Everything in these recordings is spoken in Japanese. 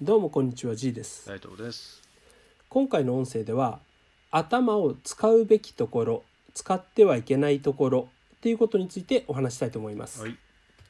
どうもこんにちは、G です。 大東です。 今回の音声では頭を使うべきところ、使ってはいけないところっていうことについてお話したいと思います。 はい。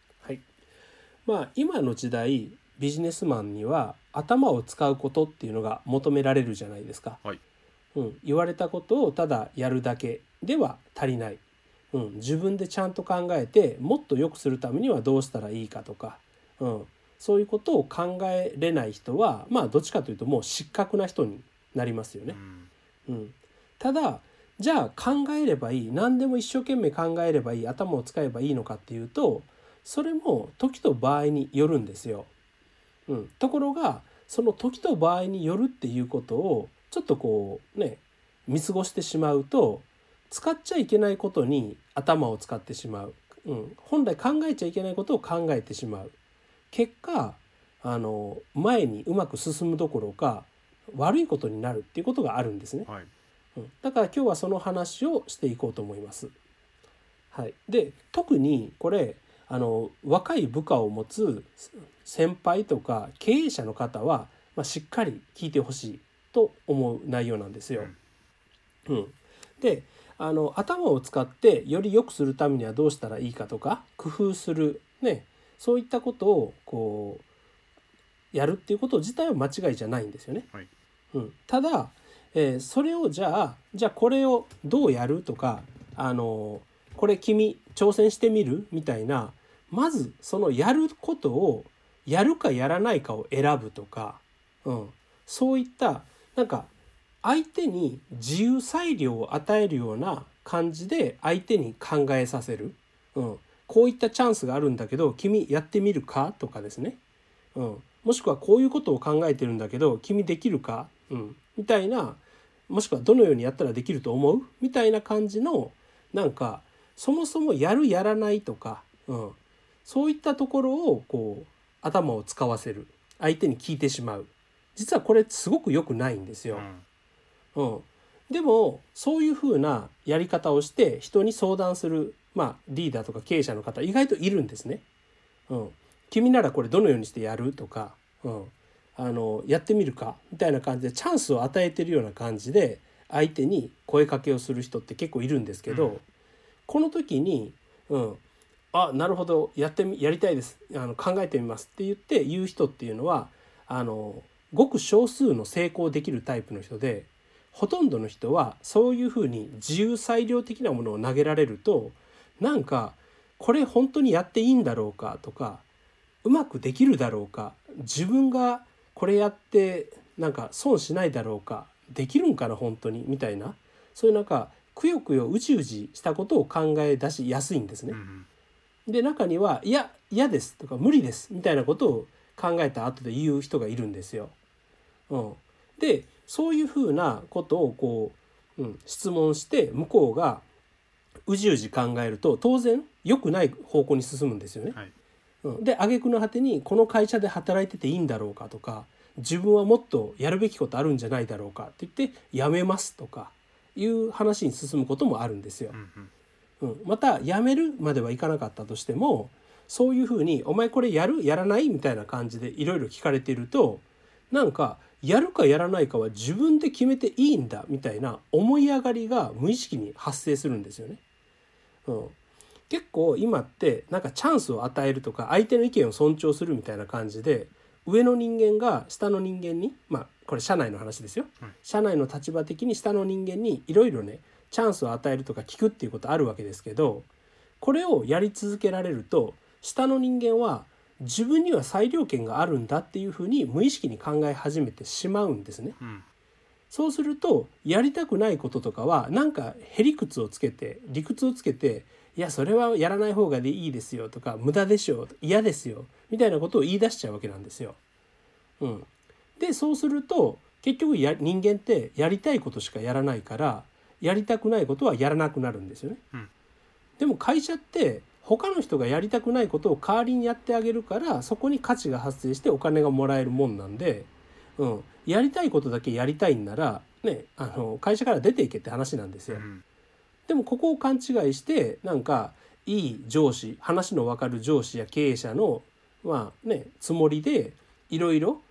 今の時代ビジネスマンには頭を使うことっていうのが求められるじゃないですか。 はい。 言われたことをただやるだけでは足りない。自分でちゃんと考えてもっと良くするためにはどうしたらいいかとか、そういうことを考えれない人はどっちかというともう失格な人になりますよね。ただじゃあ考えればいい、何でも一生懸命考えればいい、頭を使えばいいのかっていうと、それも時と場合によるんですよ。ところがその時と場合によるっていうことをちょっと見過ごしてしまうと、使っちゃいけないことに頭を使ってしまう、本来考えちゃいけないことを考えてしまう結果、前にうまく進むどころか悪いことになるっていうことがあるんですね。 はい。 だから今日はその話をしていこうと思います。で特にこれ若い部下を持つ先輩とか経営者の方は、しっかり聞いてほしいと思う内容なんですよ。で頭を使ってより良くするためにはどうしたらいいかとか工夫するそういったことをやるっていうこと自体は間違いじゃないんですよね。 はい。 ただ、それをじゃあこれをどうやるとかこれ君挑戦してみるみたいな、まずそのやることをやるかやらないかを選ぶとか、そういった相手に自由裁量を与えるような感じで相手に考えさせる、こういったチャンスがあるんだけど君やってみるかとかですね、もしくはこういうことを考えてるんだけど君できるか、みたいな、もしくはどのようにやったらできると思うみたいな感じのそもそもやるやらないとか、そういったところを頭を使わせる、相手に聞いてしまう、実はこれすごく良くないんですよ。でもそういうふうなやり方をして人に相談する、リーダーとか経営者の方意外といるんですね。君ならこれどのようにしてやるとか、やってみるかみたいな感じでチャンスを与えてるような感じで相手に声かけをする人って結構いるんですけど、この時に、なるほどやりたいです、考えてみますって言う人っていうのはごく少数の成功できるタイプの人で、ほとんどの人はそういうふうに自由裁量的なものを投げられると、これ本当にやっていいんだろうかとか、うまくできるだろうか、自分がこれやって損しないだろうか、できるんかな本当にみたいな、そういうくよくようじうじしたことを考え出しやすいんですね。で中には嫌ですとか無理ですみたいなことを考えた後で言う人がいるんですよ。でそういうふうなことを質問して向こうがうじうじ考えると当然良くない方向に進むんですよね。で挙句の果てにこの会社で働いてていいんだろうかとか、自分はもっとやるべきことあるんじゃないだろうかって言って辞めますとかいう話に進むこともあるんですよ。また辞めるまではいかなかったとしても、そういうふうにお前これやるやらないみたいな感じでいろいろ聞かれていると、やるかやらないかは自分で決めていいんだみたいな思い上がりが無意識に発生するんですよね。結構今ってチャンスを与えるとか相手の意見を尊重するみたいな感じで、上の人間が下の人間に、これ社内の話ですよ、社内の立場的に下の人間にいろいろチャンスを与えるとか聞くっていうことあるわけですけど、これをやり続けられると下の人間は自分には裁量権があるんだっていうふうに無意識に考え始めてしまうんですね。そうするとやりたくないこととかはへりくつをつけて理屈をつけて、いやそれはやらない方がいいですよとか、無駄でしょ、嫌ですよみたいなことを言い出しちゃうわけなんですよ。でそうすると結局人間ってやりたいことしかやらないから、やりたくないことはやらなくなるんですよね。でも会社って他の人がやりたくないことを代わりにやってあげるから、そこに価値が発生してお金がもらえるもんなんで、やりたいことだけやりたいんなら会社から出ていけって話なんですよ。でもここを勘違いしていい上司、話の分かる上司や経営者のつもりでいろいろ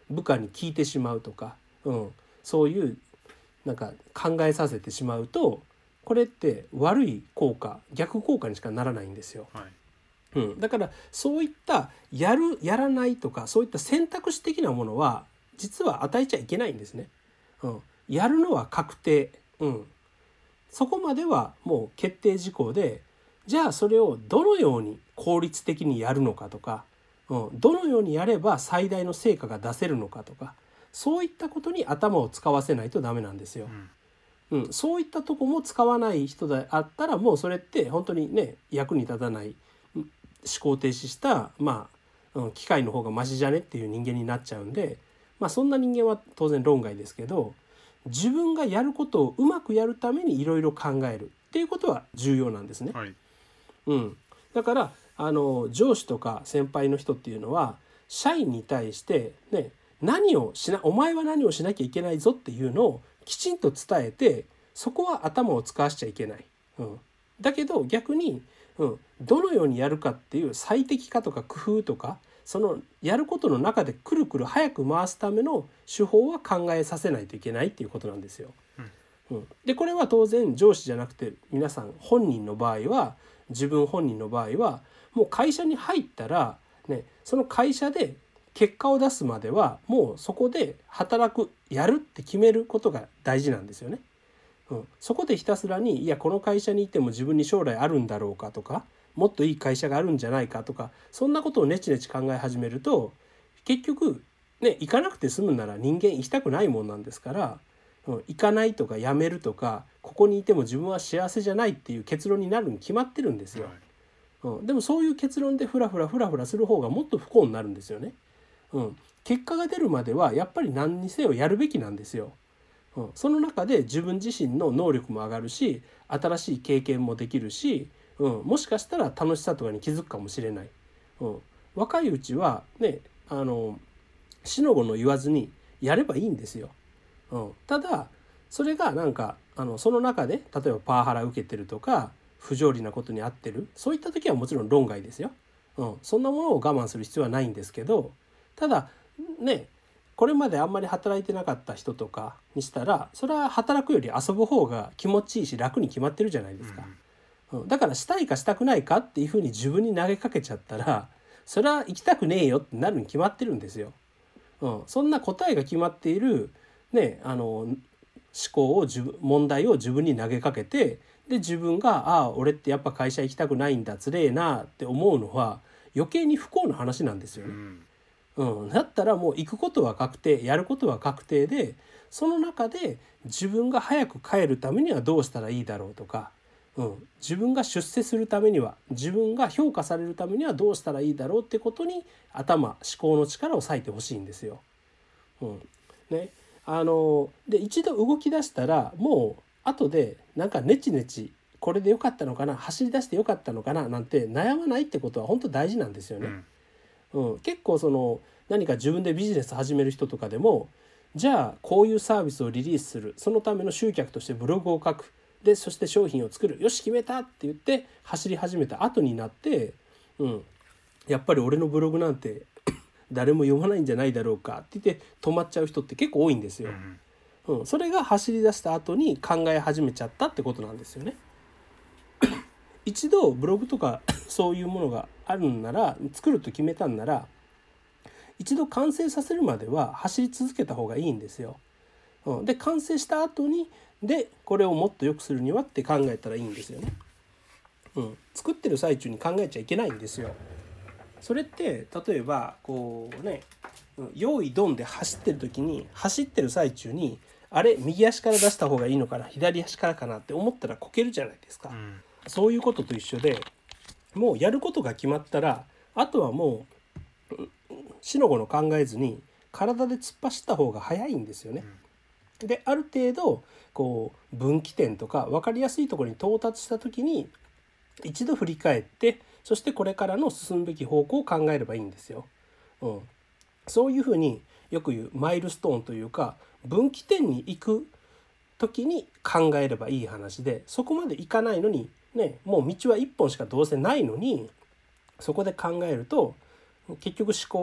部下に聞いてしまうとか、そういうなんか考えさせてしまうと、これって悪い効果、逆効果にしかならないんですよ。だからそういったやるやらないとか、そういった選択肢的なものは実は与えちゃいけないんですね。やるのは確定、そこまではもう決定事項で、じゃあそれをどのように効率的にやるのかとか、どのようにやれば最大の成果が出せるのかとか、そういったことに頭を使わせないとダメなんですよ。そういったとこも使わない人であったら、もうそれって本当にね、役に立たない思考停止した機械の方がマシじゃねっていう人間になっちゃうんで、そんな人間は当然論外ですけど、自分がやることをうまくやるためにいろいろ考えるっていうことは重要なんですね。だから上司とか先輩の人っていうのは、社員に対してね、お前は何をしなきゃいけないぞっていうのをきちんと伝えて、そこは頭を使わしちゃいけない。だけど逆に、どのようにやるかっていう最適化とか工夫とか、そのやることの中でくるくる早く回すための手法は考えさせないといけないっていうことなんですよ。でこれは当然上司じゃなくて皆さん本人の場合は、自分本人の場合はもう会社に入ったらね、その会社で結果を出すまではもうそこで働く、やるって決めることが大事なんですよね。そこでひたすらに、いやこの会社にいても自分に将来あるんだろうかとか、もっといい会社があるんじゃないかとか、そんなことをネチネチ考え始めると、結局ね、行かなくて済むなら人間行きたくないもんなんですから、行かないとか辞めるとか、ここにいても自分は幸せじゃないっていう結論になるに決まってるんですよ。でもそういう結論でフラフラする方がもっと不幸になるんですよね。結果が出るまではやっぱり何にせよやるべきなんですよ。その中で自分自身の能力も上がるし、新しい経験もできるし、もしかしたら楽しさとかに気づくかもしれない。若いうちはね、しのごの言わずにやればいいんですよ。ただそれがなんかその中で例えばパワハラ受けてるとか不条理なことに遭ってる、そういった時はもちろん論外ですよ。そんなものを我慢する必要はないんですけど、ただね、これまであんまり働いてなかった人とかにしたら、それは働くより遊ぶ方が気持ちいいし楽に決まってるじゃないですか。だからしたいかしたくないかっていうふうに自分に投げかけちゃったら、それは行きたくねえよってなるに決まってるんですよ。そんな答えが決まっているね、思考を問題を自分に投げかけて、で自分が俺ってやっぱ会社行きたくないんだ、つれえなって思うのは余計に不幸な話なんですよね。だったらもう行くことは確定、やることは確定で、その中で自分が早く帰るためにはどうしたらいいだろうとか、自分が出世するためには、自分が評価されるためにはどうしたらいいだろうってことに思考の力を割いてほしいんですよ。で一度動き出したら、もう後でなんかネチネチこれでよかったのかな、走り出してよかったのかななんて悩まないってことは本当大事なんですよね。結構何か自分でビジネス始める人とかでも、じゃあこういうサービスをリリースする、そのための集客としてブログを書く、でそして商品を作る、よし決めたって言って走り始めた後になって、やっぱり俺のブログなんて誰も読まないんじゃないだろうかって言って止まっちゃう人って結構多いんですよ。それが走り出した後に考え始めちゃったってことなんですよね。一度ブログとかそういうものがあるんなら、作ると決めたんなら、一度完成させるまでは走り続けた方がいいんですよ。で完成した後にこれをもっと良くするにはって考えたらいいんですよね。作ってる最中に考えちゃいけないんですよ。それって例えば用意ドンで走ってる時に、走ってる最中にあれ右足から出した方がいいのかな、左足からかなって思ったらこけるじゃないですか。そういうことと一緒で、もうやることが決まったら、あとはもうしのごの考えずに体で突っ走った方が早いんですよね。である程度分岐点とか分かりやすいところに到達した時に一度振り返って、そしてこれからの進むべき方向を考えればいいんですよ。そういうふうによく言うマイルストーンというか、分岐点に行く時に考えればいい話で、そこまで行かないのにね、もう道は一本しかどうせないのにそこで考えると、結局思考は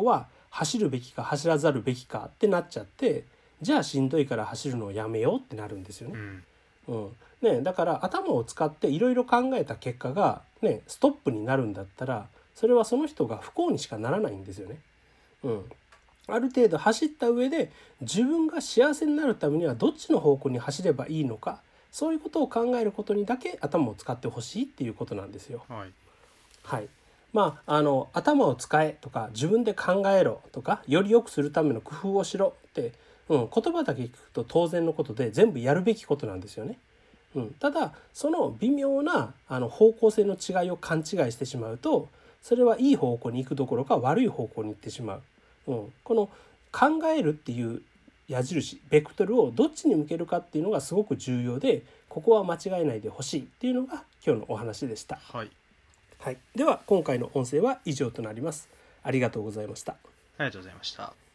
走るべきか走らざるべきかってなっちゃって、じゃあしんどいから走るのをやめようってなるんですよね。ね、だから頭を使っていろいろ考えた結果が、ね、ストップになるんだったら、それはその人が不幸にしかならないんですよね。ある程度走った上で自分が幸せになるためにはどっちの方向に走ればいいのか、そういうことを考えることにだけ頭を使ってほしいっていうことなんですよ。はい。頭を使えとか自分で考えろとかより良くするための工夫をしろって、言葉だけ聞くと当然のことで全部やるべきことなんですよね。ただその微妙な方向性の違いを勘違いしてしまうと、それはいい方向に行くどころか悪い方向に行ってしまう。この考えるっていう矢印ベクトルをどっちに向けるかっていうのがすごく重要で、ここは間違えないでほしいっていうのが今日のお話でした。はい、では今回の音声は以上となります。ありがとうございました。 ありがとうございました。